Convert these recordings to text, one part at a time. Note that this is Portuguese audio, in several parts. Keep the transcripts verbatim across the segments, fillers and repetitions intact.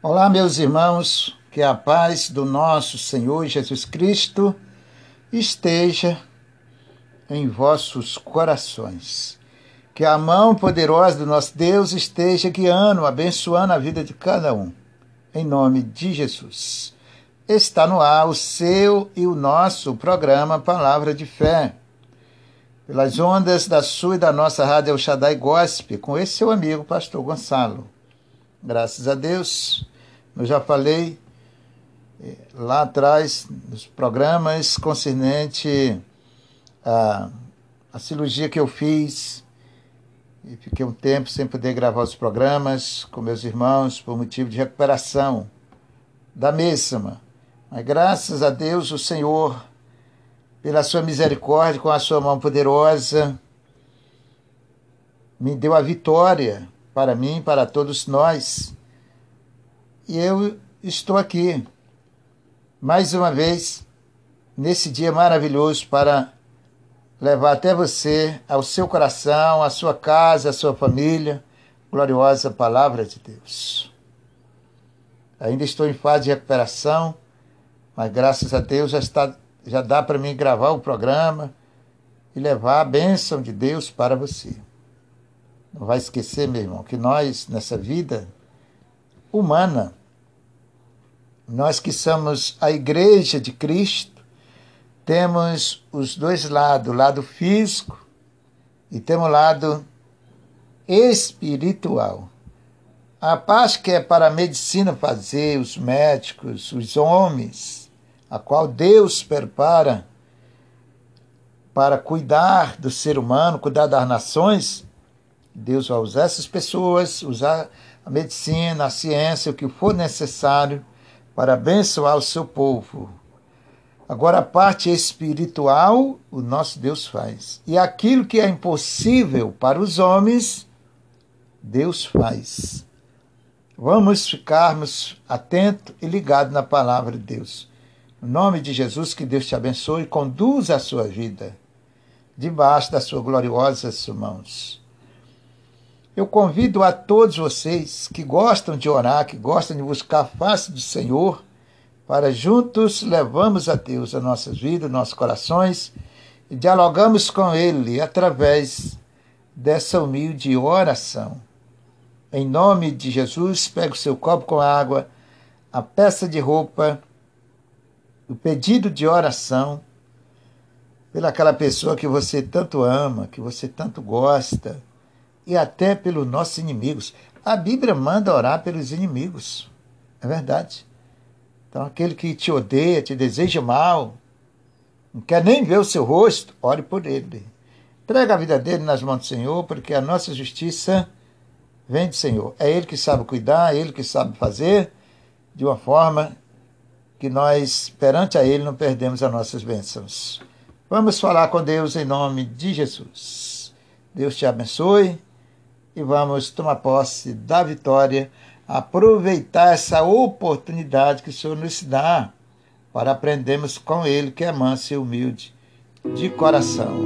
Olá, meus irmãos, que a paz do nosso Senhor Jesus Cristo esteja em vossos corações. Que a mão poderosa do nosso Deus esteja guiando, abençoando a vida de cada um. Em nome de Jesus. Está no ar o seu e o nosso programa Palavra de Fé. Pelas ondas da sua e da nossa Rádio El Shaddai Gospel, com esse seu amigo, Pastor Gonçalo. Graças a Deus, eu já falei lá atrás nos programas concernente a, a cirurgia que eu fiz e fiquei um tempo sem poder gravar os programas com meus irmãos por motivo de recuperação da mesma. Mas graças a Deus, o Senhor, pela sua misericórdia, com a sua mão poderosa, me deu a vitória para mim, para todos nós. E eu estou aqui, mais uma vez, nesse dia maravilhoso para levar até você, ao seu coração, à sua casa, à sua família, gloriosa palavra de Deus. Ainda estou em fase de recuperação, mas graças a Deus já, está, já dá para mim gravar o programa e levar a bênção de Deus para você. Não vai esquecer, meu irmão, que nós, nessa vida humana, nós que somos a igreja de Cristo, temos os dois lados, o lado físico e temos o lado espiritual. A parte que é para a medicina fazer, os médicos, os homens, a qual Deus prepara para cuidar do ser humano, cuidar das nações, Deus vai usar essas pessoas, usar a medicina, a ciência, o que for necessário para abençoar o seu povo. Agora, a parte espiritual, o nosso Deus faz. E aquilo que é impossível para os homens, Deus faz. Vamos ficarmos atentos e ligados na palavra de Deus. Em nome de Jesus, que Deus te abençoe e conduza a sua vida debaixo das suas gloriosas mãos. Eu convido a todos vocês que gostam de orar, que gostam de buscar a face do Senhor, para juntos levamos a Deus as nossas vidas, nossos corações, e dialogamos com Ele através dessa humilde oração. Em nome de Jesus, pega o seu copo com água, a peça de roupa, o pedido de oração, pelaquela pessoa que você tanto ama, que você tanto gosta, e até pelos nossos inimigos. A Bíblia manda orar pelos inimigos. É verdade. Então, aquele que te odeia, te deseja mal, não quer nem ver o seu rosto, ore por ele. Entrega a vida dele nas mãos do Senhor, porque a nossa justiça vem do Senhor. É Ele que sabe cuidar, é Ele que sabe fazer, de uma forma que nós, perante a Ele, não perdemos as nossas bênçãos. Vamos falar com Deus em nome de Jesus. Deus te abençoe. E vamos tomar posse da vitória, aproveitar essa oportunidade que o Senhor nos dá para aprendermos com Ele, que é manso e humilde de coração.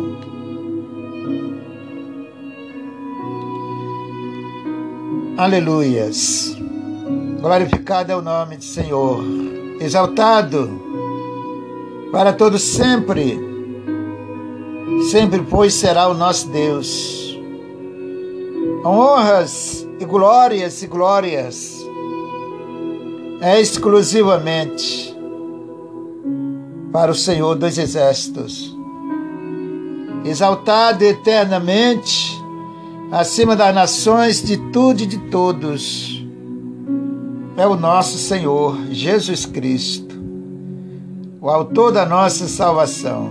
Aleluias! Glorificado é o nome do Senhor, exaltado para todos sempre, sempre pois será o nosso Deus. Honras e glórias e glórias é exclusivamente para o Senhor dos Exércitos, exaltado eternamente acima das nações, de tudo e de todos, é o nosso Senhor Jesus Cristo, o autor da nossa salvação.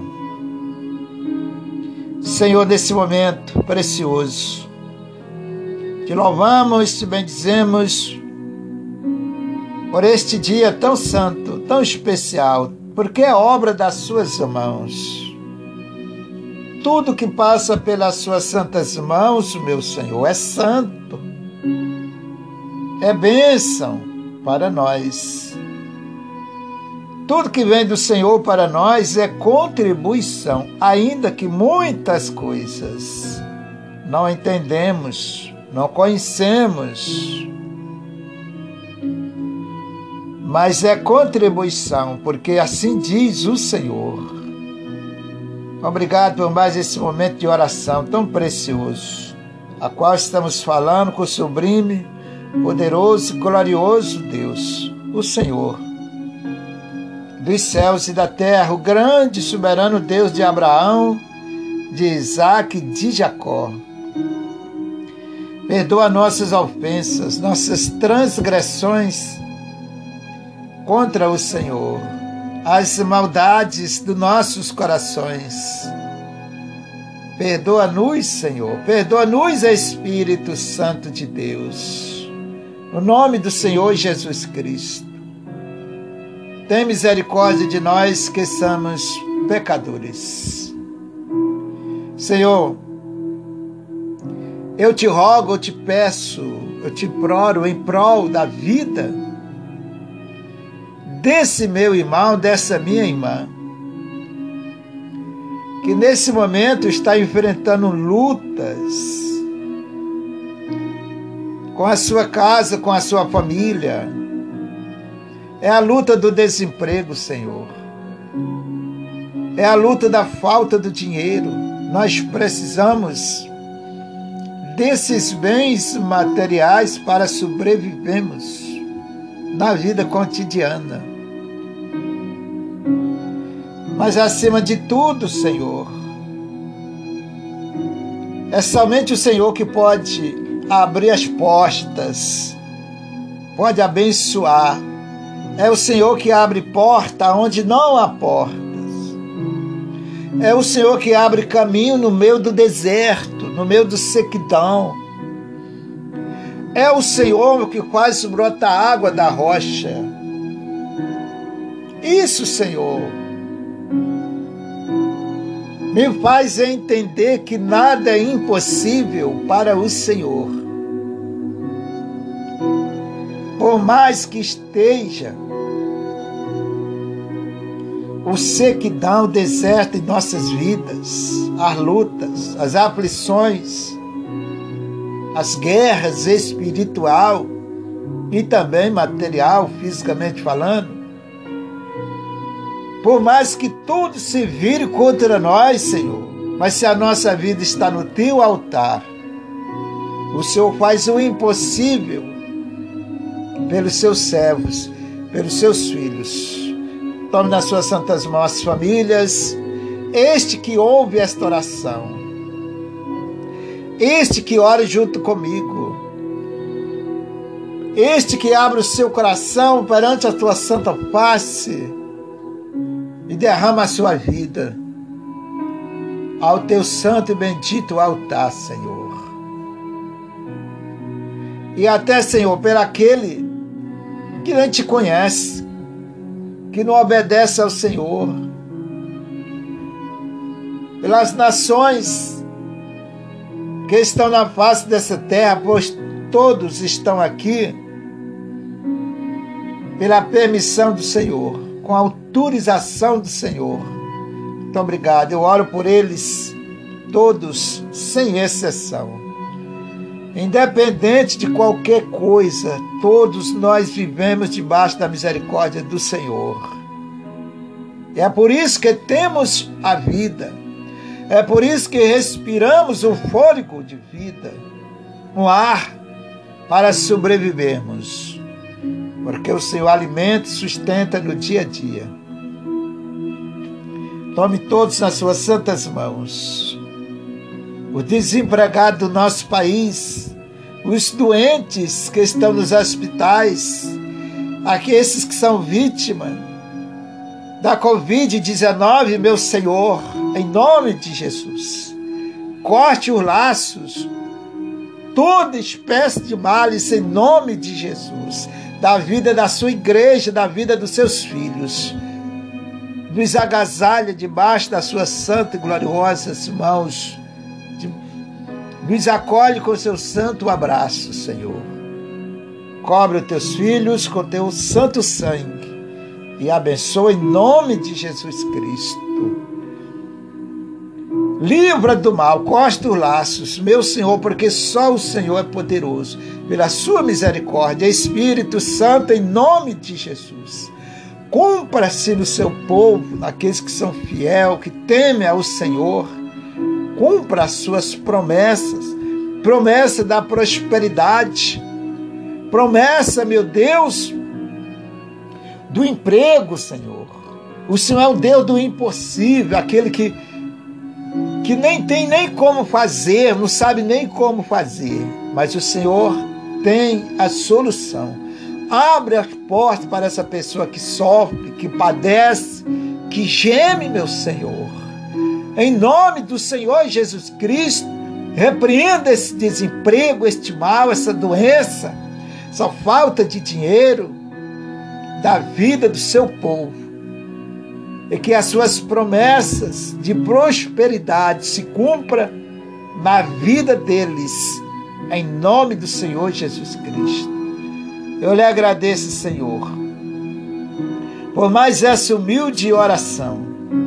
Senhor, nesse momento precioso, te louvamos, te bendizemos por este dia tão santo, tão especial, porque é obra das suas mãos. Tudo que passa pelas suas santas mãos, meu Senhor, é santo, é bênção para nós. Tudo que vem do Senhor para nós é contribuição, ainda que muitas coisas não entendemos, não conhecemos, mas é contribuição, porque assim diz o Senhor. Obrigado por mais esse momento de oração tão precioso, a qual estamos falando com o sublime, poderoso e glorioso Deus, o Senhor dos céus e da terra, o grande e soberano Deus de Abraão, de Isaque e de Jacó. Perdoa nossas ofensas, nossas transgressões contra o Senhor, as maldades dos nossos corações. Perdoa-nos, Senhor, perdoa-nos, Espírito Santo de Deus, no nome do Senhor Jesus Cristo. Tem misericórdia de nós que somos pecadores. Senhor, eu te rogo, eu te peço, eu te imploro em prol da vida desse meu irmão, dessa minha irmã, que nesse momento está enfrentando lutas com a sua casa, com a sua família. É a luta do desemprego, Senhor. É a luta da falta do dinheiro. Nós precisamos desses bens materiais para sobrevivermos na vida cotidiana. Mas acima de tudo, Senhor, é somente o Senhor que pode abrir as portas, pode abençoar. É o Senhor que abre porta onde não há portas. É o Senhor que abre caminho no meio do deserto, no meio do sequidão. É o Senhor que faz brotar água da rocha. Isso, Senhor, me faz entender que nada é impossível para o Senhor. Por mais que esteja o sequidão, o deserto em nossas vidas, as lutas, as aflições, as guerras espiritual e também material, fisicamente falando, por mais que tudo se vire contra nós, Senhor, mas se a nossa vida está no teu altar, o Senhor faz o impossível pelos seus servos, pelos seus filhos. Tome nas suas santas mãos as famílias, este que ouve esta oração, este que ora junto comigo, este que abre o seu coração perante a tua santa face e derrama a sua vida ao teu santo e bendito altar, Senhor. E até, Senhor, pelo aquele que nem te conhece, que não obedece ao Senhor, pelas nações que estão na face dessa terra, pois todos estão aqui pela permissão do Senhor, com a autorização do Senhor. Muito obrigado. Eu oro por eles todos, sem exceção. Independente de qualquer coisa, todos nós vivemos debaixo da misericórdia do Senhor. É por isso que temos a vida. É por isso que respiramos o fôlego de vida, um ar para sobrevivermos. Porque o Senhor alimenta e sustenta no dia a dia. Tome todos nas suas santas mãos. Os desempregados do nosso país, os doentes que estão nos hospitais, aqueles que são vítimas da covid dezenove, meu Senhor, em nome de Jesus, corte os laços, toda espécie de males, em nome de Jesus, da vida da sua igreja, da vida dos seus filhos. Nos agasalha debaixo das suas santas e gloriosas mãos. Nos acolhe com seu santo abraço, Senhor. Cobre os teus filhos com teu santo sangue e abençoa em nome de Jesus Cristo. Livra do mal, corta os laços, meu Senhor, porque só o Senhor é poderoso. Pela sua misericórdia, Espírito Santo, em nome de Jesus. Cumpra-se no seu povo, naqueles que são fiel, que temem ao Senhor. Cumpra as suas promessas. Promessa da prosperidade. Promessa, meu Deus, do emprego, Senhor. O Senhor é o Deus do impossível, aquele que que nem tem nem como fazer, não sabe nem como fazer, mas o Senhor tem a solução. Abre as portas para essa pessoa que sofre, que padece, que geme, meu Senhor. Em nome do Senhor Jesus Cristo, repreenda esse desemprego, este mal, essa doença, essa falta de dinheiro da vida do seu povo. E que as suas promessas de prosperidade se cumpram na vida deles, em nome do Senhor Jesus Cristo. Eu lhe agradeço, Senhor, por mais essa humilde oração.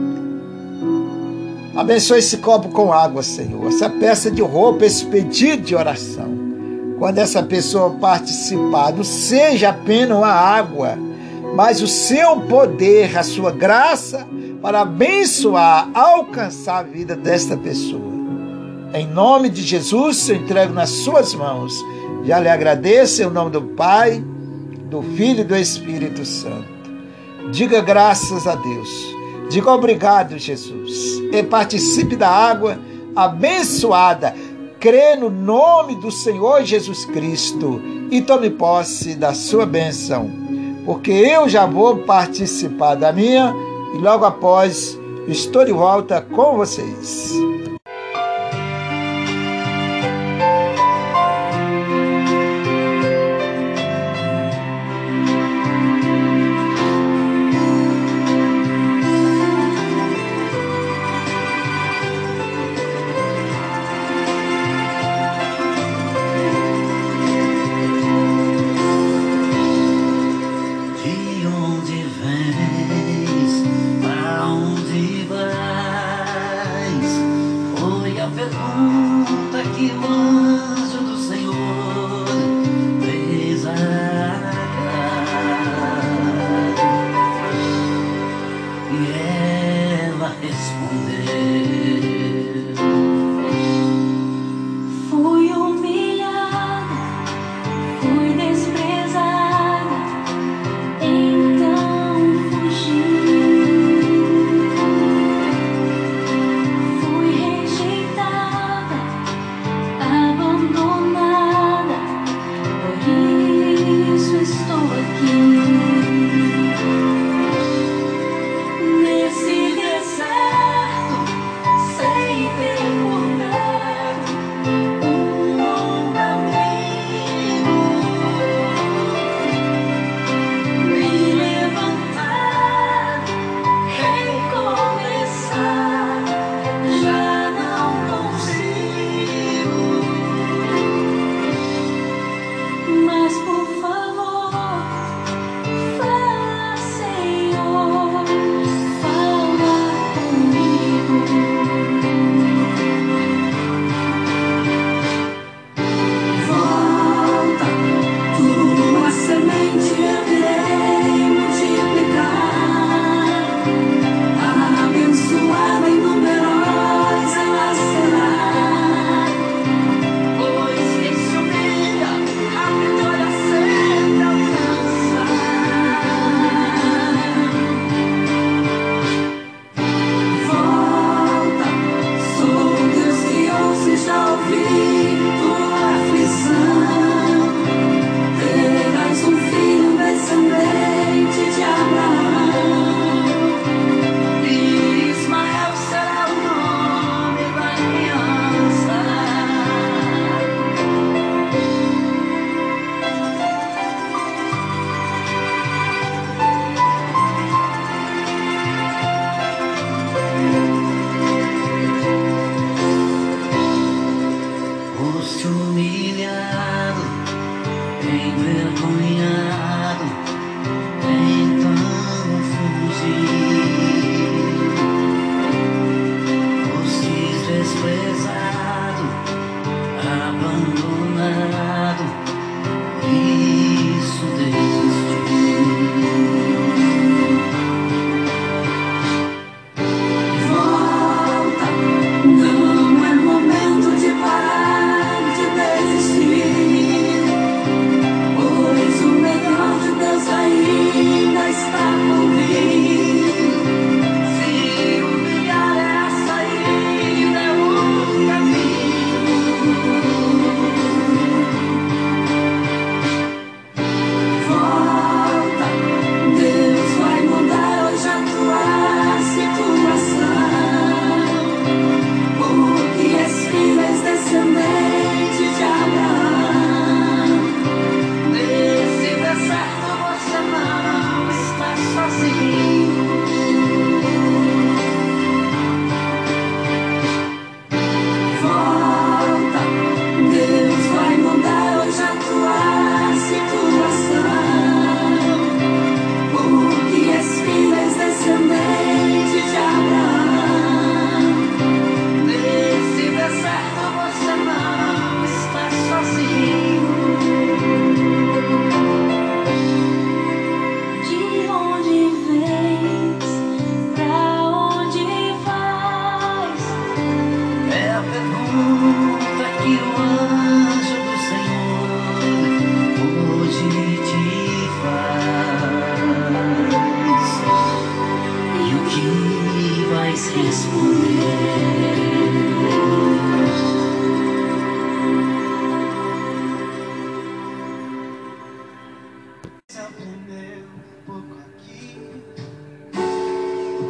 Abençoe esse copo com água, Senhor, essa peça de roupa, esse pedido de oração. Quando essa pessoa participar, não seja apenas uma água, mas o seu poder, a sua graça para abençoar, alcançar a vida desta pessoa. Em nome de Jesus, eu entrego nas suas mãos. Já lhe agradeço em nome do Pai, do Filho e do Espírito Santo. Diga graças a Deus. Diga obrigado, Jesus. E participe da água abençoada. Crê no nome do Senhor Jesus Cristo e tome posse da sua bênção. Porque eu já vou participar da minha e logo após estou de volta com vocês.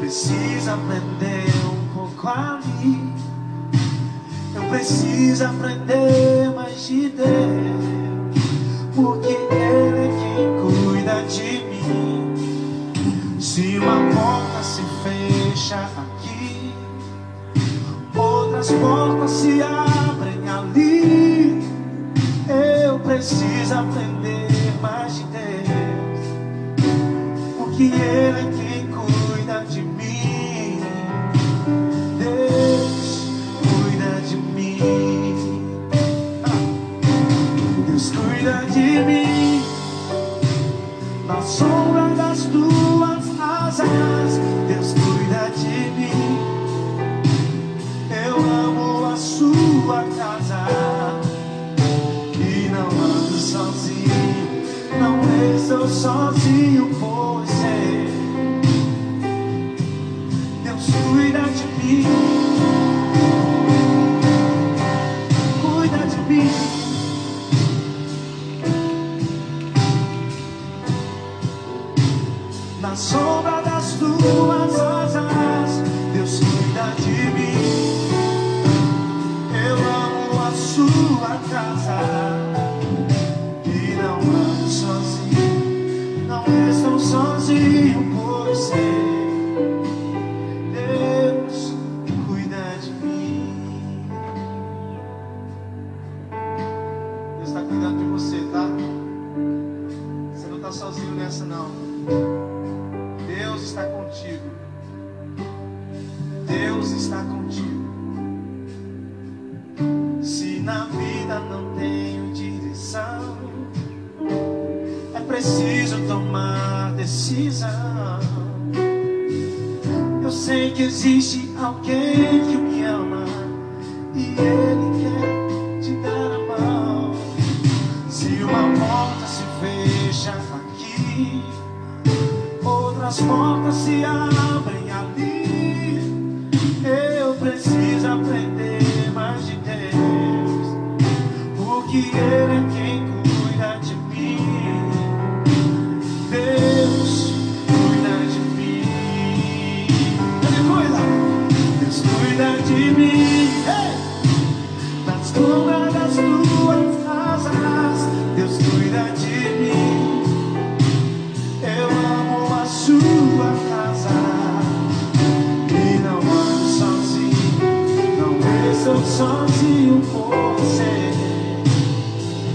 preciso aprender um pouco ali. Eu preciso aprender mais de Deus, porque Ele é quem cuida de mim. Se uma porta se fecha aqui, outras portas se abrem ali. Eu preciso aprender mais de Deus, porque Ele é quem cuida de mim. Deus cuida de mim. Deus cuida de mim. Na sombra das tuas asas, Deus cuida de mim. Eu amo a sua casa e não ando sozinho, não estou sozinho por ser. Deus cuida de mim, cuida de mim. Na sombra das tuas asas, Deus cuida de mim. Eu amo a sua casa e não ando sozinho, não estou sozinho por ser. Deus cuida de mim. Deus está cuidando de você, tá? Você não está sozinho nessa, não. Deus está contigo. Deus está contigo. Se na vida não tenho direção, é preciso tomar decisão. Eu sei que existe alguém que me ama e Ele quer te dar a mão. Se uma porta se fecha aqui, outras portas se abrem ali. Eu preciso aprender mais de Deus, porque Ele é quem cuida de mim. Deus cuida de mim. Ele cuida. Deus cuida de mim. Hey! Na sombra das tuas asas, Deus cuida de mim. Eu amo a sua casa e não ando sozinho, não estou sozinho por ser.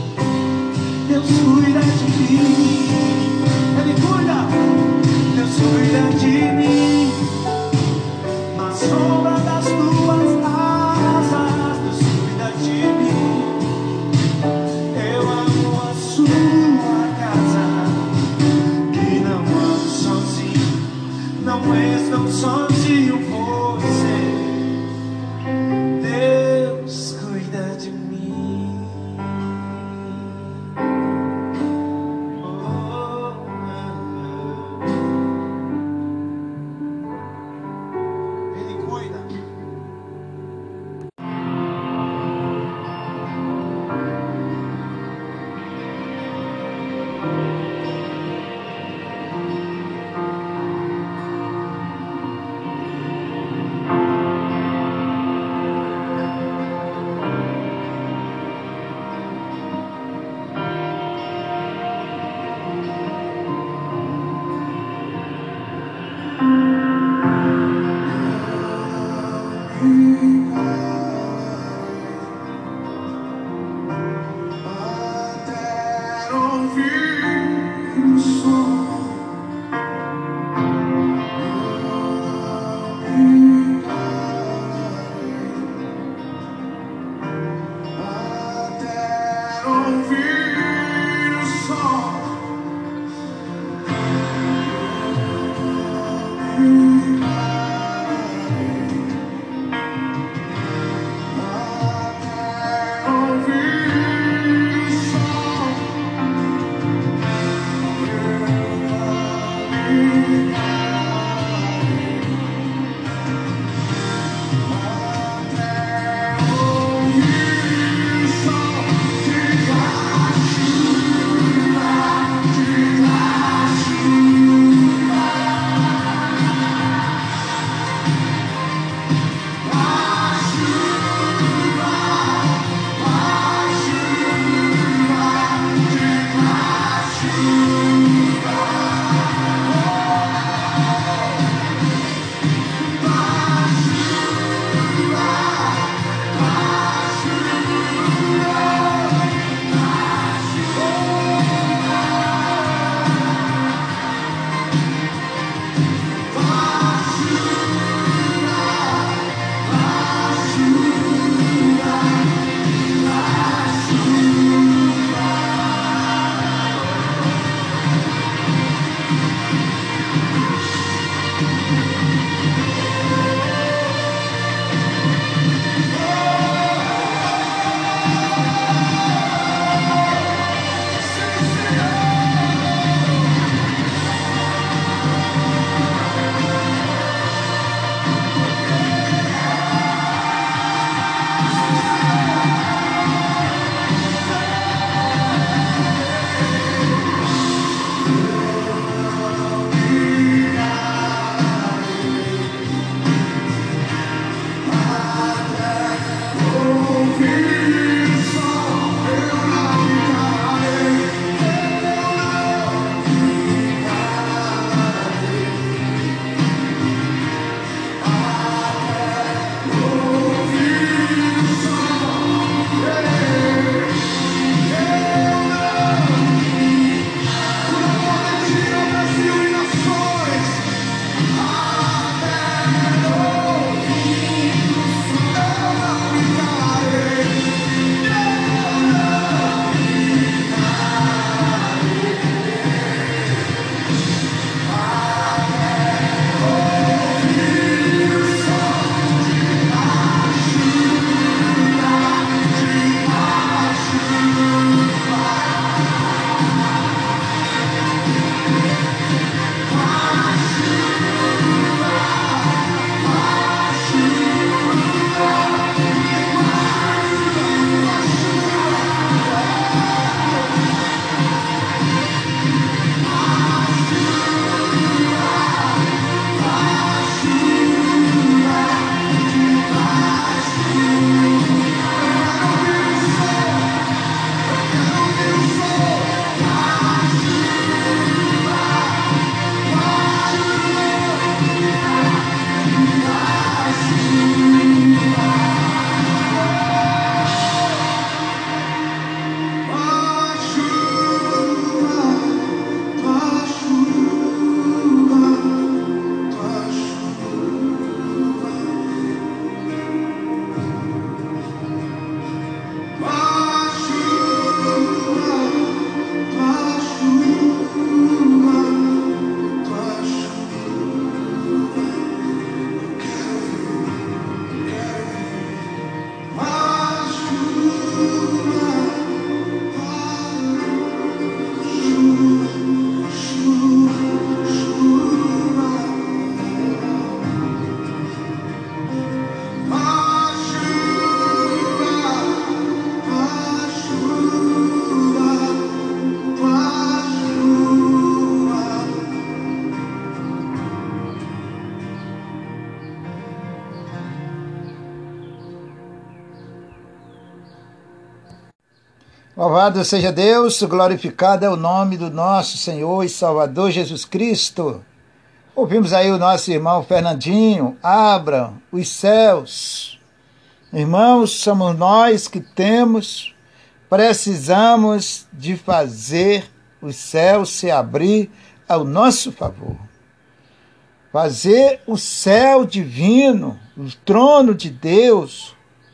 Louvado seja Deus, glorificado é o nome do nosso Senhor e Salvador Jesus Cristo. Ouvimos aí o nosso irmão Fernandinho, abra os céus. Irmãos, somos nós que temos, precisamos de fazer os céus se abrir ao nosso favor. Fazer o céu divino, o trono de Deus,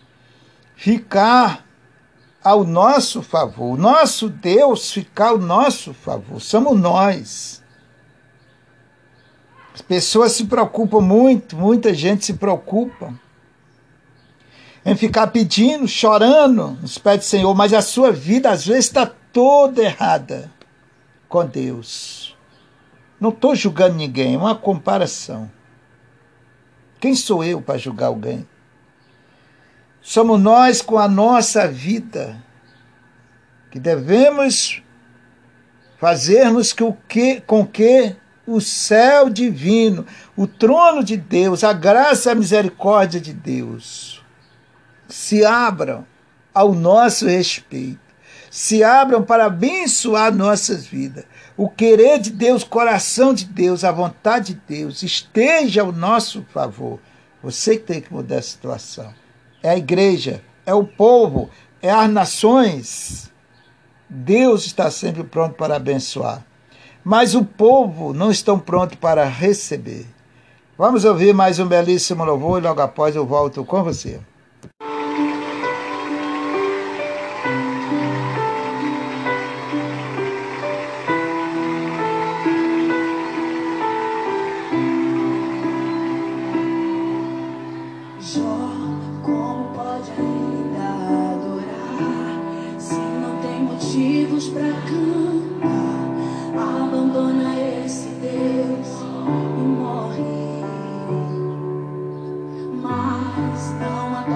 ficar ao nosso favor. Nosso Deus ficar ao nosso favor. Somos nós. As pessoas se preocupam muito, muita gente se preocupa em ficar pedindo, chorando nos pés do Senhor, mas a sua vida às vezes está toda errada com Deus. Não estou julgando ninguém, é uma comparação. Quem sou eu para julgar alguém? Somos nós com a nossa vida que devemos fazermos que o que, com que o céu divino, o trono de Deus, a graça e a misericórdia de Deus se abram ao nosso respeito, se abram para abençoar nossas vidas. O querer de Deus, o coração de Deus, a vontade de Deus esteja ao nosso favor. Você que tem que mudar a situação. É a igreja, é o povo, é as nações. Deus está sempre pronto para abençoar. Mas o povo não está pronto para receber. Vamos ouvir mais um belíssimo louvor e logo após eu volto com você. Mas não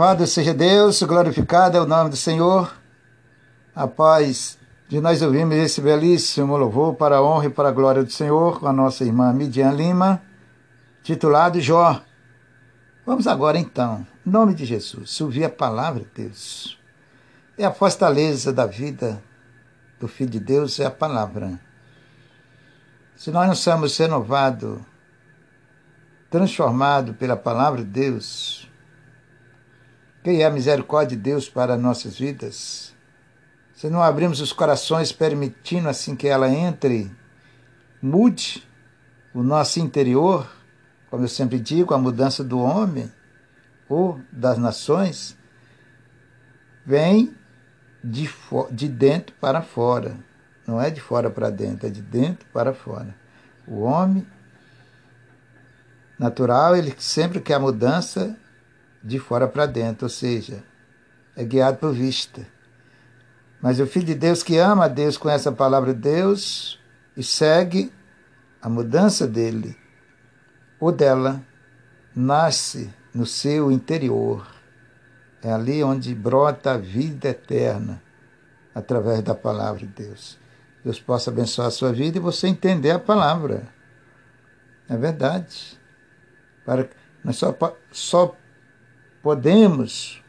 Louvado seja Deus, glorificado é o nome do Senhor. Após de nós ouvirmos esse belíssimo louvor para a honra e para a glória do Senhor, com a nossa irmã Midian Lima, titulado Jó. Vamos agora então, em nome de Jesus, ouvir a palavra de Deus. É a fortaleza da vida do Filho de Deus, é a palavra. Se nós não somos renovados, transformados pela palavra de Deus, que é a misericórdia de Deus para nossas vidas, se não abrimos os corações permitindo assim que ela entre, mude o nosso interior, como eu sempre digo, a mudança do homem ou das nações, vem de, de dentro para fora. Não é de fora para dentro, é de dentro para fora. O homem natural, ele sempre quer a mudança de fora para dentro, ou seja, é guiado por vista. Mas o Filho de Deus que ama a Deus com essa palavra de Deus e segue a mudança dele ou dela, nasce no seu interior. É ali onde brota a vida eterna, através da palavra de Deus. Deus possa abençoar a sua vida e você entender a palavra. É verdade. Para, nós só, só podemos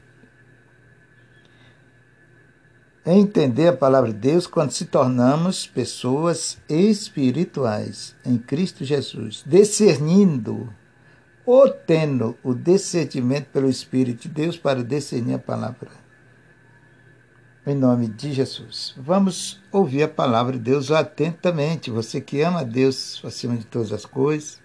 entender a palavra de Deus quando se tornamos pessoas espirituais em Cristo Jesus, discernindo ou tendo o discernimento pelo Espírito de Deus para discernir a palavra. Em nome de Jesus. Vamos ouvir a palavra de Deus atentamente. Você que ama a Deus acima de todas as coisas,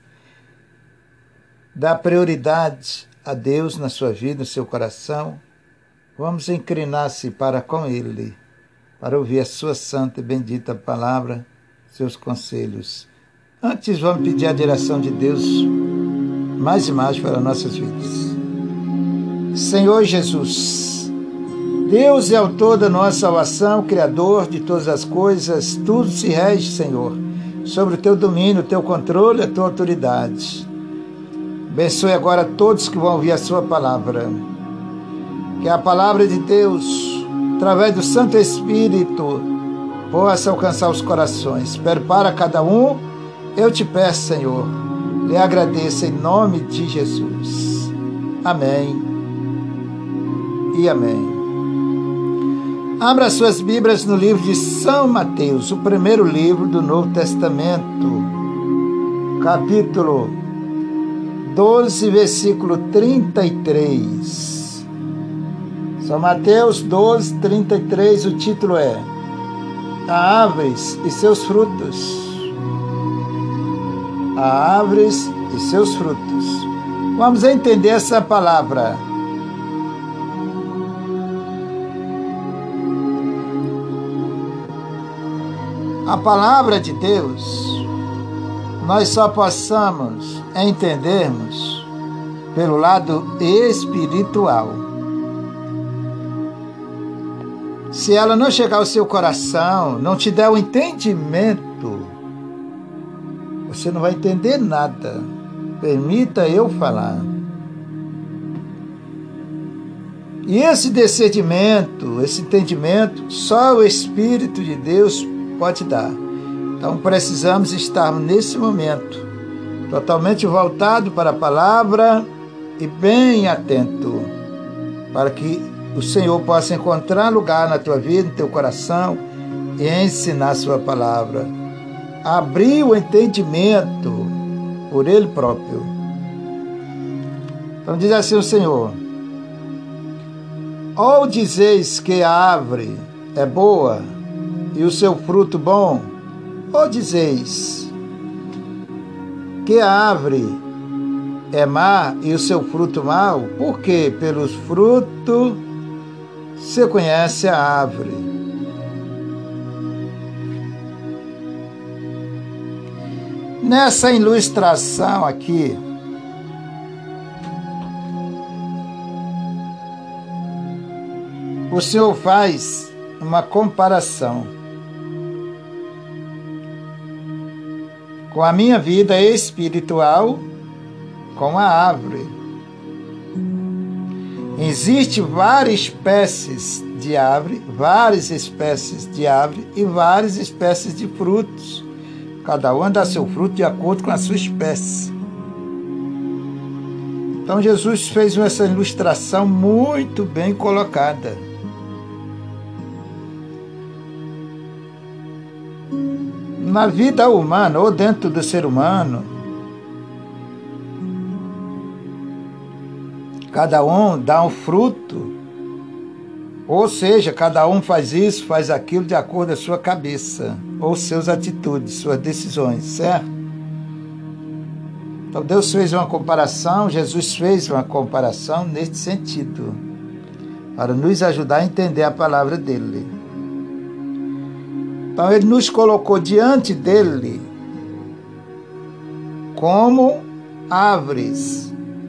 dá prioridade a Deus na sua vida, no seu coração. Vamos inclinar-se para com Ele, para ouvir a sua santa e bendita palavra, seus conselhos. Antes, vamos pedir a direção de Deus mais e mais para nossas vidas. Senhor Jesus, Deus é autor da nossa salvação, Criador de todas as coisas, tudo se rege, Senhor, sobre o teu domínio, o teu controle, a tua autoridade. Abençoe agora todos que vão ouvir a sua palavra. Que a palavra de Deus, através do Santo Espírito, possa alcançar os corações. Prepara cada um, eu te peço, Senhor, lhe agradeço em nome de Jesus. Amém e amém. Abra suas Bíblias no livro de São Mateus, o primeiro livro do Novo Testamento, capítulo doze, versículo trinta e três. São Mateus doze, trinta e três, o título é A Árvores e seus frutos. A árvores e seus frutos. Vamos entender essa palavra. A palavra de Deus, nós só possamos entendermos pelo lado espiritual. Se ela não chegar ao seu coração, não te der o entendimento, você não vai entender nada. Permita eu falar. E esse discernimento, esse entendimento, só o Espírito de Deus pode dar. Então precisamos estar nesse momento totalmente voltado para a palavra e bem atento, para que o Senhor possa encontrar lugar na tua vida, no teu coração e ensinar a sua palavra. Abrir o entendimento por Ele próprio. Então diz assim o Senhor: ou dizeis que a árvore é boa e o seu fruto bom, ou dizeis que a árvore é má e o seu fruto mau, porque pelos frutos se conhece a árvore. Nessa ilustração aqui, o Senhor faz uma comparação com a minha vida espiritual com a árvore. Existem várias espécies de árvore, várias espécies de árvore e várias espécies de frutos. Cada uma dá seu fruto de acordo com a sua espécie. Então Jesus fez essa ilustração muito bem colocada. Na vida humana, ou dentro do ser humano, cada um dá um fruto, ou seja, cada um faz isso, faz aquilo de acordo com a sua cabeça, ou suas atitudes, suas decisões, certo? Então Deus fez uma comparação, Jesus fez uma comparação nesse sentido, para nos ajudar a entender a palavra dele. Então ele nos colocou diante dele como árvores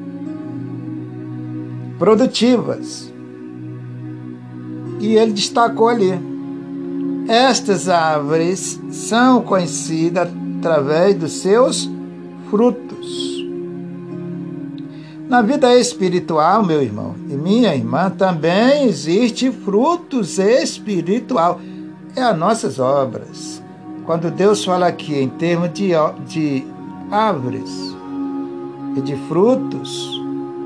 produtivas. E ele destacou ali: estas árvores são conhecidas através dos seus frutos. Na vida espiritual, meu irmão e minha irmã, também existe frutos espiritual. É as nossas obras. Quando Deus fala aqui em termos de, de árvores e de frutos,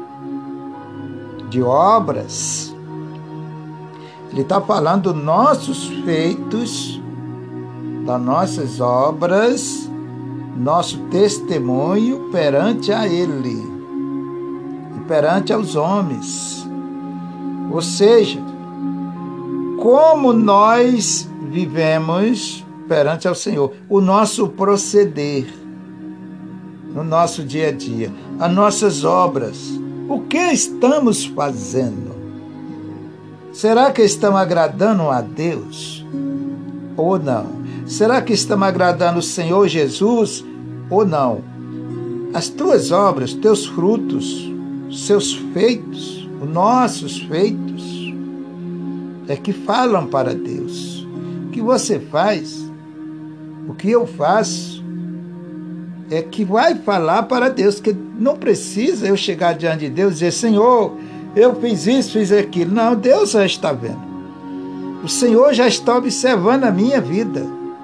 de obras, Ele está falando dos nossos feitos, das nossas obras, nosso testemunho perante a Ele e perante aos homens. Ou seja, como nós vivemos perante ao Senhor, o nosso proceder no nosso dia a dia, as nossas obras, o que estamos fazendo? Será que estamos agradando a Deus ou não? Será que estamos agradando o Senhor Jesus ou não? As tuas obras, teus frutos, seus feitos, os nossos feitos, é que falam para Deus. O que você faz, o que eu faço, é que vai falar para Deus, que não precisa eu chegar diante de Deus e dizer: Senhor, eu fiz isso, fiz aquilo. Não, Deus já está vendo. O Senhor já está observando a minha vida.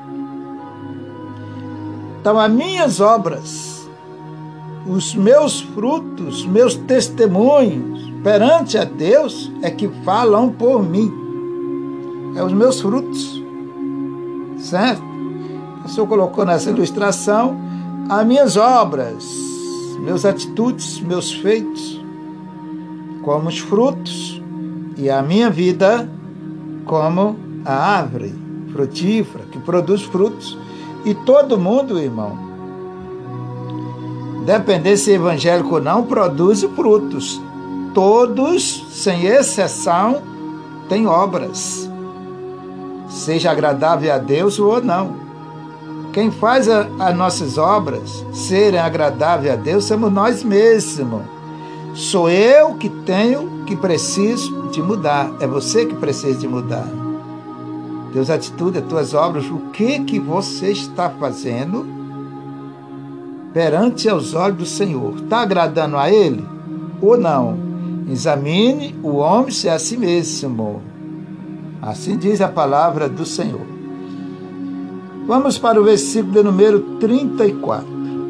Então, as minhas obras, os meus frutos, meus testemunhos perante a Deus é que falam por mim. É os meus frutos. Certo? O Senhor colocou nessa ilustração as minhas obras, meus atitudes, meus feitos, como os frutos, e a minha vida como a árvore frutífera, que produz frutos. E todo mundo, irmão, dependendo se é evangélico ou não, produz frutos. Todos, sem exceção, têm obras, seja agradável a Deus ou não. Quem faz a, as nossas obras serem agradáveis a Deus somos nós mesmos. Sou eu que tenho, que preciso de mudar. É você que precisa de mudar. Teus atitudes, tuas obras, o que, que você está fazendo perante aos olhos do Senhor? Está agradando a Ele ou não? Examine o homem se a si mesmo. Assim diz a palavra do Senhor. Vamos para o versículo de número trinta e quatro.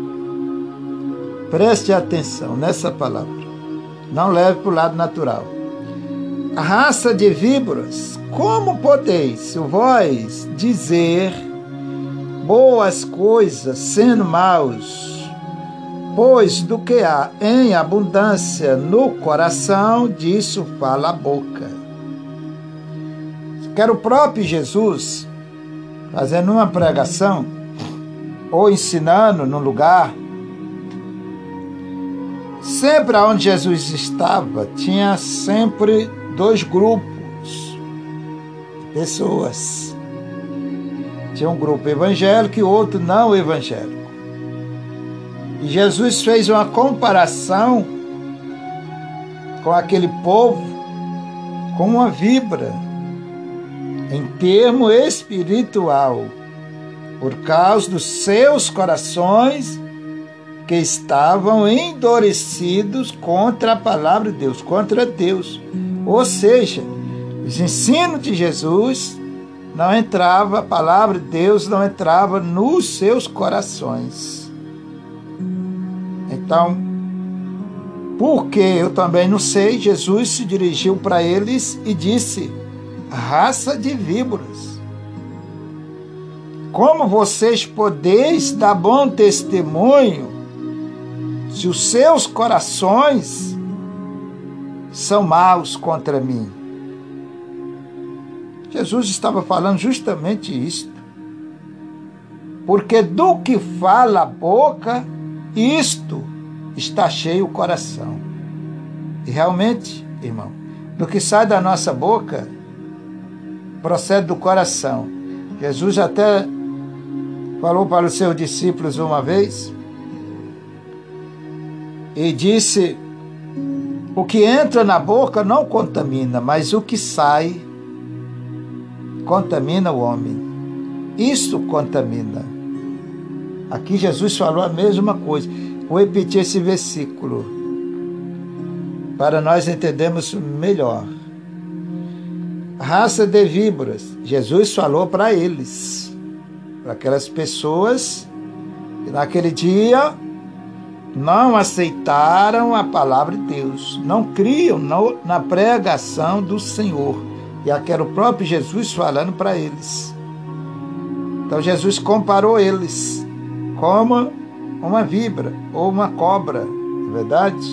Preste atenção nessa palavra. Não leve para o lado natural. A raça de víboras, como podeis vós dizer boas coisas sendo maus? Pois do que há em abundância no coração, disso fala a boca. Quer o próprio Jesus, fazendo uma pregação, ou ensinando num lugar, sempre onde Jesus estava, tinha sempre dois grupos de pessoas. Tinha um grupo evangélico e outro não evangélico. E Jesus fez uma comparação com aquele povo, com uma víbora, em termo espiritual, por causa dos seus corações que estavam endurecidos contra a palavra de Deus, contra Deus. Ou seja, os ensinos de Jesus não entrava, a palavra de Deus não entrava nos seus corações. Então, porque eu também não sei, Jesus se dirigiu para eles e disse: raça de víboras, como vocês podeis dar bom testemunho se os seus corações são maus contra mim? Jesus estava falando justamente isto. Porque do que fala a boca, isto está cheio o coração. E realmente, irmão, do que sai da nossa boca, procede do coração. Jesus até falou para os seus discípulos uma vez e disse: o que entra na boca não contamina, mas o que sai contamina o homem. Isso contamina. Aqui Jesus falou a mesma coisa. Vou repetir esse versículo para nós entendermos melhor. Raça de víboras, Jesus falou para eles, para aquelas pessoas que naquele dia não aceitaram a palavra de Deus, não criam na pregação do Senhor. E aqui era o próprio Jesus falando para eles. Então Jesus comparou eles como uma víbora ou uma cobra, não é verdade?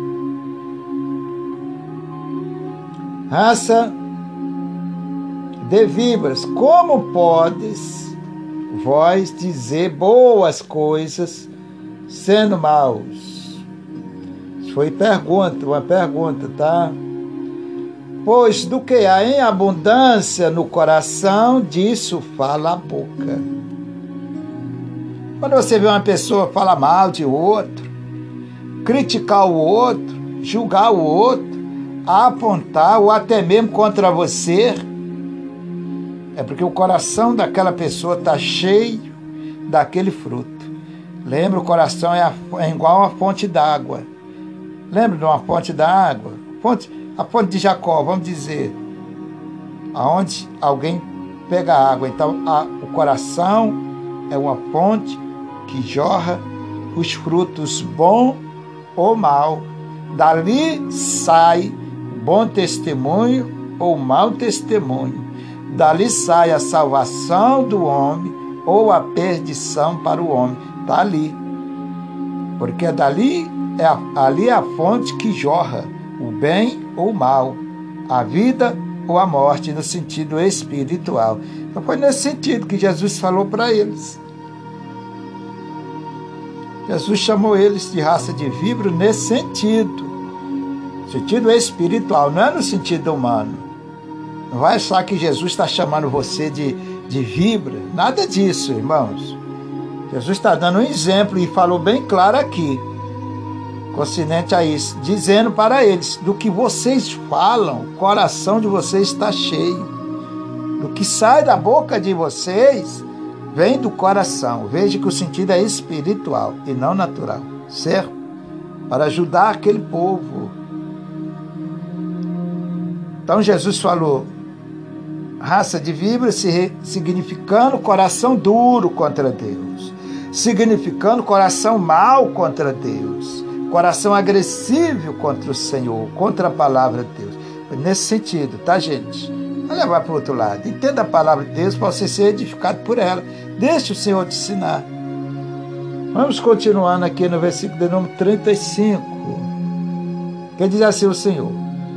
Raça de víboras, como podes vós dizer boas coisas sendo maus? Isso foi pergunta, uma pergunta, tá? Pois do que há em abundância no coração, disso fala a boca. Quando você vê uma pessoa falar mal de outro, criticar o outro, julgar o outro, apontar ou até mesmo contra você, é porque o coração daquela pessoa está cheio daquele fruto. Lembra, o coração é, a, é igual a fonte d'água. Lembra de uma fonte d'água? Fonte, a fonte de Jacó, vamos dizer, aonde alguém pega água. Então, a, o coração é uma fonte que jorra os frutos bom ou mal. Dali sai bom testemunho ou mau testemunho. Dali sai a salvação do homem ou a perdição para o homem. Está ali. Porque dali é a, ali é a fonte que jorra o bem ou o mal, a vida ou a morte, no sentido espiritual. Então foi nesse sentido que Jesus falou para eles. Jesus chamou eles de raça de víbora nesse sentido. Sentido espiritual, não é no sentido humano. Não vai achar que Jesus está chamando você de, de víbora. Nada disso, irmãos. Jesus está dando um exemplo e falou bem claro aqui, consciente a isso, dizendo para eles, do que vocês falam, o coração de vocês está cheio. Do que sai da boca de vocês, vem do coração. Veja que o sentido é espiritual e não natural, certo? Para ajudar aquele povo. Então Jesus falou, raça de víbora, significando coração duro contra Deus, significando coração mau contra Deus, coração agressivo contra o Senhor, contra a palavra de Deus. Nesse sentido, tá, gente? Vai levar para o outro lado. Entenda a palavra de Deus para você ser edificado por ela. Deixe o Senhor te ensinar. Vamos continuando aqui no versículo de número trinta e cinco. Que diz assim o Senhor: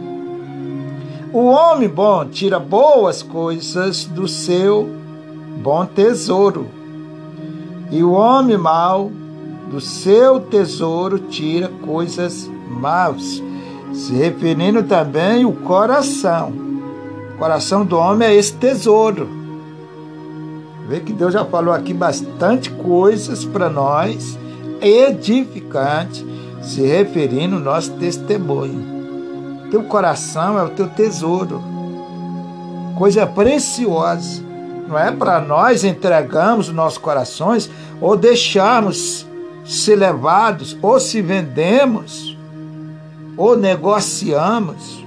o homem bom tira boas coisas do seu bom tesouro, e o homem mau do seu tesouro tira coisas maus, se referindo também o coração. O coração do homem é esse tesouro. Vê que Deus já falou aqui bastante coisas para nós, edificante, se referindo ao nosso testemunho. Teu coração é o teu tesouro, coisa preciosa. Não é para nós entregarmos os nossos corações ou deixarmos ser levados, ou se vendemos, ou negociamos,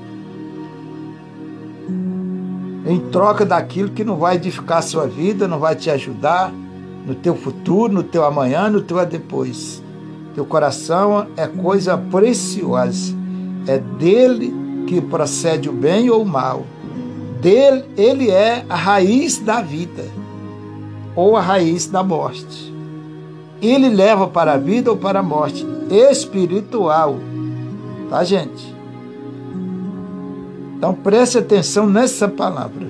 em troca daquilo que não vai edificar a sua vida, não vai te ajudar no teu futuro, no teu amanhã, no teu depois. Teu coração é coisa preciosa. É dele que procede o bem ou o mal. Dele, ele é a raiz da vida ou a raiz da morte. Ele leva para a vida ou para a morte espiritual. Tá, gente? Então preste atenção nessa palavra.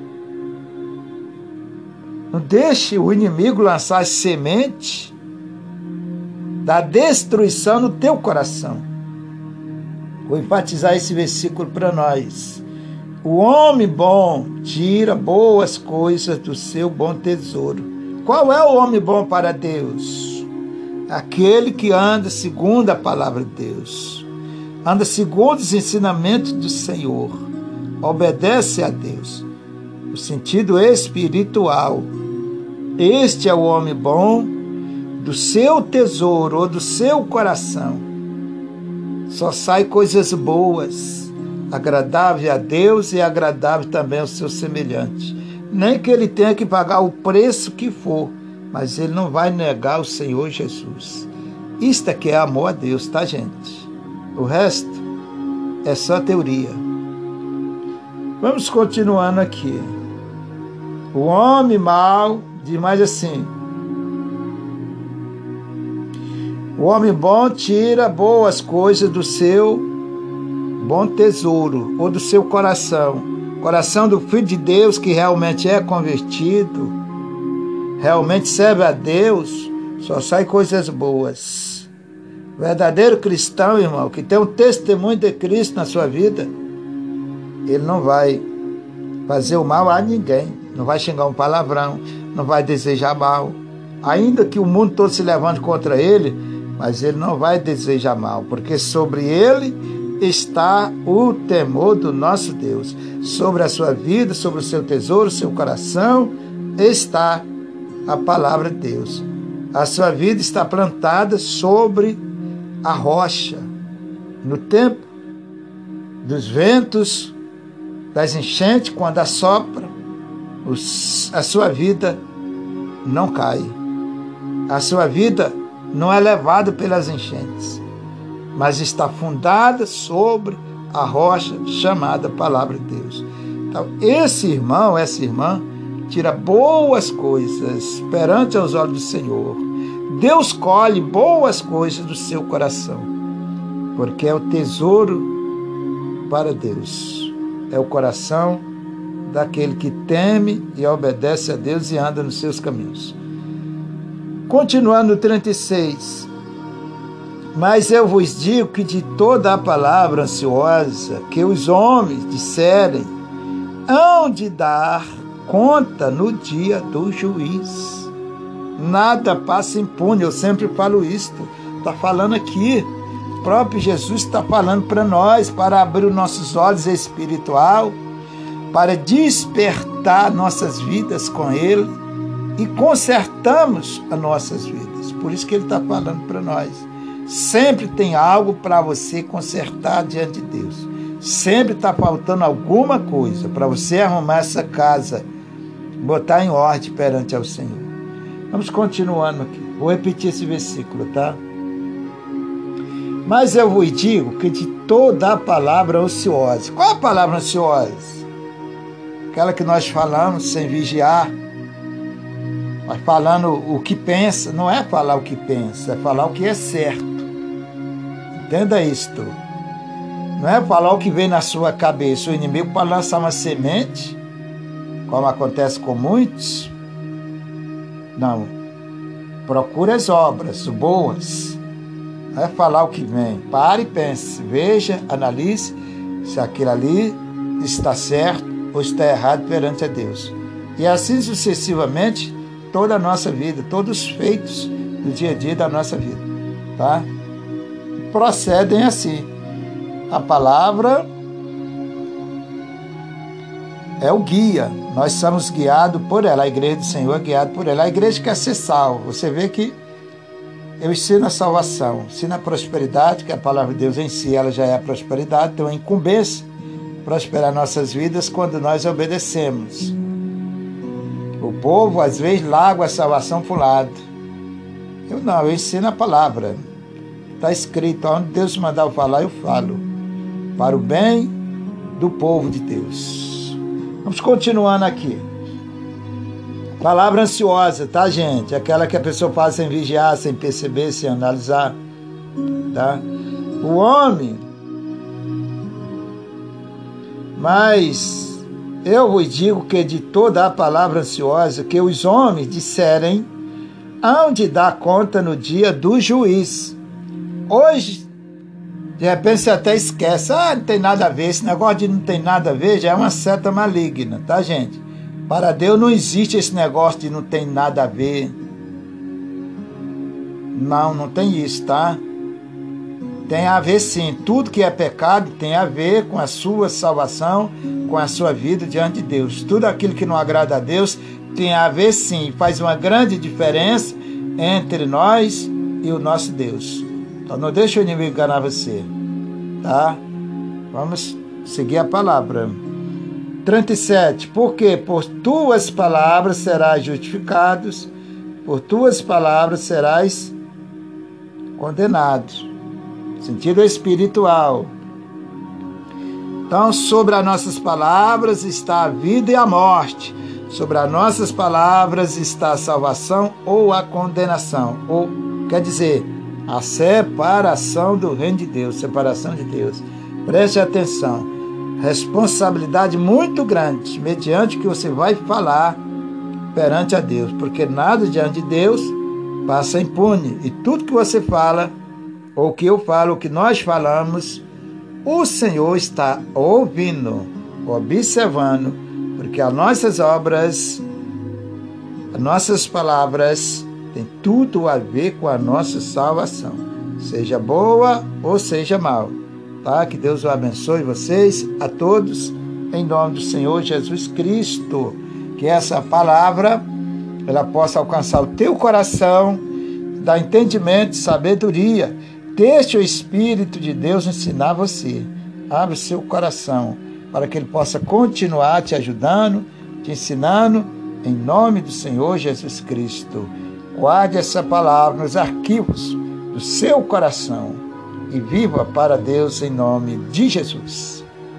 Não deixe o inimigo lançar semente da destruição no teu coração. Vou enfatizar esse versículo para nós. O homem bom tira boas coisas do seu bom tesouro. Qual é o homem bom para Deus? Aquele que anda segundo a palavra de Deus. Anda segundo os ensinamentos do Senhor. Obedece a Deus. No sentido espiritual. Este é o homem bom do seu tesouro ou do seu coração. Só sai coisas boas, agradável a Deus e agradável também ao seu semelhante. Nem que ele tenha que pagar o preço que for, mas ele não vai negar o Senhor Jesus. Isto aqui é amor a Deus, tá, gente? O resto é só teoria. Vamos continuando aqui. O homem mau, diz mais assim: o homem bom tira boas coisas do seu bom tesouro ou do seu coração. Coração do Filho de Deus que realmente é convertido, realmente serve a Deus, só sai coisas boas. O verdadeiro cristão, irmão, que tem um testemunho de Cristo na sua vida, ele não vai fazer o mal a ninguém, não vai xingar um palavrão, não vai desejar mal. Ainda que o mundo todo se levante contra ele, mas ele não vai desejar mal, porque sobre ele está o temor do nosso Deus. Sobre a sua vida, sobre o seu tesouro, seu coração, está a palavra de Deus. A sua vida está plantada sobre a rocha. No tempo dos ventos, das enchentes, quando assopra, a sua vida não cai. A sua vida não é levada pelas enchentes, mas está fundada sobre a rocha chamada Palavra de Deus. Então, esse irmão, essa irmã, tira boas coisas perante aos olhos do Senhor. Deus colhe boas coisas do seu coração, porque é o tesouro para Deus. É o coração daquele que teme e obedece a Deus e anda nos seus caminhos. Continuando no trinta e seis. Mas eu vos digo que de toda a palavra ansiosa que os homens disserem, hão de dar conta no dia do juiz. Nada passa impune, eu sempre falo isto. Está falando aqui, o próprio Jesus está falando para nós, para abrir os nossos olhos espiritual, para despertar nossas vidas com Ele e consertamos as nossas vidas. Por isso que Ele está falando para nós. Sempre tem algo para você consertar diante de Deus. Sempre está faltando alguma coisa para você arrumar essa casa, botar em ordem perante ao Senhor. Vamos continuando aqui. Vou repetir esse versículo, tá? Mas eu vos digo que de toda a palavra ociosa. Qual é a palavra ociosa? Aquela que nós falamos sem vigiar. Mas falando o que pensa, não é falar o que pensa, é falar o que é certo. Entenda isto. Não é falar o que vem na sua cabeça. O inimigo pode lançar uma semente, como acontece com muitos. Não. Procure as obras boas. Não é falar o que vem. Pare e pense. Veja, analise se aquilo ali está certo ou está errado perante a Deus. E assim sucessivamente, toda a nossa vida, todos os feitos do dia a dia da nossa vida, tá? Procedem assim. A palavra é o guia. Nós somos guiados por ela. A igreja do Senhor é guiada por ela. A igreja quer ser salva. Você vê que eu ensino a salvação, ensino a prosperidade, que a palavra de Deus em si ela já é a prosperidade, então é incumbência prosperar nossas vidas quando nós obedecemos. O povo às vezes larga a salvação para o lado. Eu não, eu ensino a palavra. Está escrito, onde Deus mandar eu falar, eu falo. Para o bem do povo de Deus. Vamos continuando aqui. Palavra ansiosa, tá, gente? Aquela que a pessoa faz sem vigiar, sem perceber, sem analisar. Tá? O homem. Mas eu vos digo que de toda a palavra ansiosa que os homens disserem, hão de dar conta no dia do juiz. Hoje, de repente você até esquece, ah, não tem nada a ver, esse negócio de não tem nada a ver já é uma seta maligna, tá, gente? Para Deus não existe esse negócio de não tem nada a ver. Não, não tem isso, tá? Tem a ver sim, tudo que é pecado tem a ver com a sua salvação, com a sua vida diante de Deus. Tudo aquilo que não agrada a Deus tem a ver sim, faz uma grande diferença entre nós e o nosso Deus. Então não deixe o inimigo enganar você, tá? Vamos seguir a palavra. trinta e sete. Porque por tuas palavras serás justificados, por tuas palavras serás condenado. Sentido espiritual. Então, sobre as nossas palavras está a vida e a morte. Sobre as nossas palavras está a salvação ou a condenação. Ou, quer dizer, a separação do reino de Deus, separação de Deus. Preste atenção. Responsabilidade muito grande, mediante o que você vai falar perante a Deus. Porque nada diante de Deus passa impune. E tudo que você fala, ou que eu falo, o que nós falamos, o Senhor está ouvindo, observando, porque as nossas obras, as nossas palavras, têm tudo a ver com a nossa salvação, seja boa ou seja mal, tá? Que Deus o abençoe vocês, a todos, em nome do Senhor Jesus Cristo, que essa palavra, ela possa alcançar o teu coração, dar entendimento, sabedoria. Deixe o Espírito de Deus ensinar você. Abre o seu coração para que Ele possa continuar te ajudando, te ensinando, em nome do Senhor Jesus Cristo. Guarde essa palavra nos arquivos do seu coração e viva para Deus em nome de Jesus.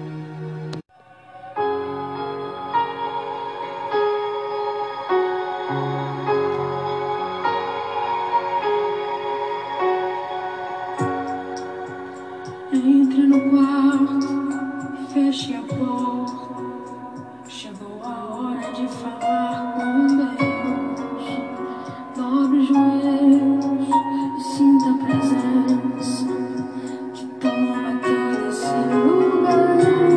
Entre no quarto, feche a porta. Chegou a hora de falar com Deus. Dobre os joelhos e sinta a presença que toma todo esse lugar.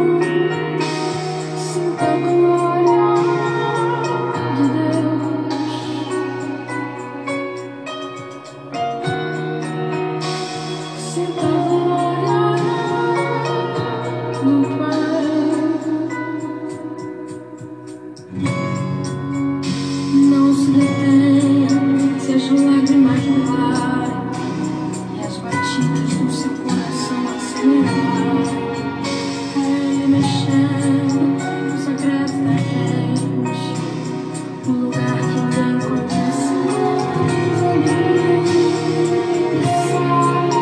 Sinta a glória de Deus. Sinta a glória do Pai. Não se detenha, sejam lágrimas no ar e as batidas do seu coração acelerar. É Ele mexendo no secreto da gente, no lugar que ninguém conhece. Ele sabe.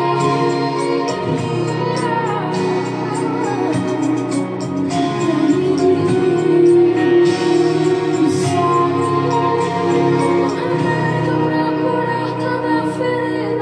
Curar toda ferida.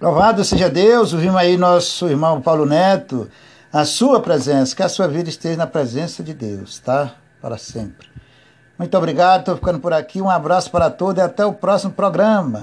Louvado seja Deus, ouvimos aí nosso irmão Paulo Neto, a sua presença, que a sua vida esteja na presença de Deus, tá? Para sempre. Muito obrigado, estou ficando por aqui, um abraço para todos e até o próximo programa.